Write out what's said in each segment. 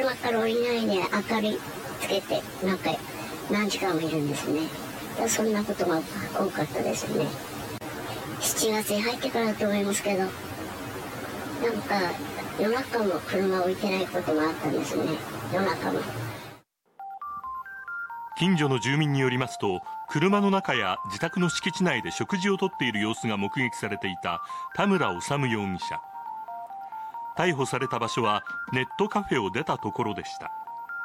間から降りないで明かりつけて何時間もいるんですね。そんなことが多かったですね。7月に入ってからだと思いますけど、夜中も車を置いてないことがあったんですね。夜中も。 近所の住民によりますと、車の中や自宅の敷地内で食事をとっている様子が目撃されていた田村修容疑者。逮捕された場所はネットカフェを出たところでした。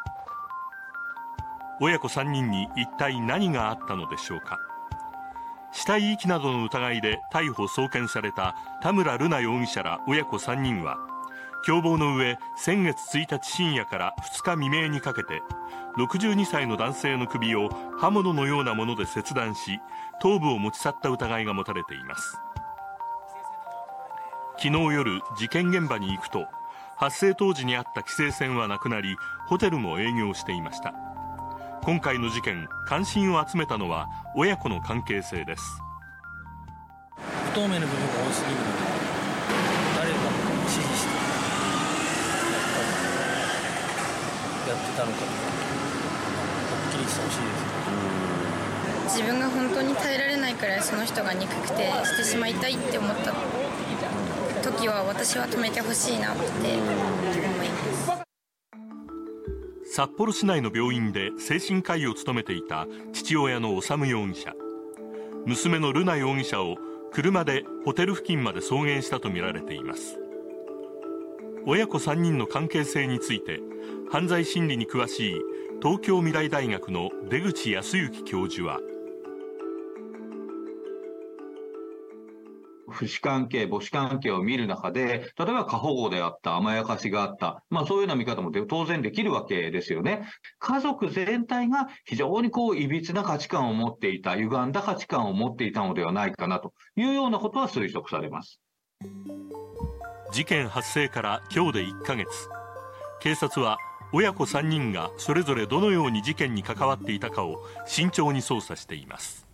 親子3人に一体何があったのでしょうか。死体遺棄などの疑いで逮捕・送検された田村瑠奈容疑者ら親子3人は、共謀の上、先月1日深夜から2日未明にかけて、62歳の男性の首を刃物のようなもので切断し、頭部を持ち去った疑いが持たれています。昨日夜、事件現場に行くと、発生当時にあった規制線はなくなり、ホテルも営業していました。今回の事件、関心を集めたのは親子の関係性です。 不透明な部分が多すぎるので、誰が指示してやってたのかとか、はっきりしてほしいです。 自分が本当に耐えられないくらいその人が憎くてしてしまいたいって思った時は、私は止めてほしいなって思います。 札幌市内の病院で精神科医を務めていた父親の修容疑者、娘の瑠奈容疑者を車でホテル付近まで送迎したとみられています。親子3人の関係性について、犯罪心理に詳しい東京未来大学の出口康之教授は、 父子関係、母子関係を見る中で、例えば過保護であった、甘やかしがあった、そういうような見方も当然できるわけですよね。家族全体が非常にいびつな価値観を持っていた、歪んだ価値観を持っていたのではないかなというようなことは推測されます。 事件発生から今日で1ヶ月。警察は親子3人がそれぞれどのように事件に関わっていたかを慎重に捜査しています。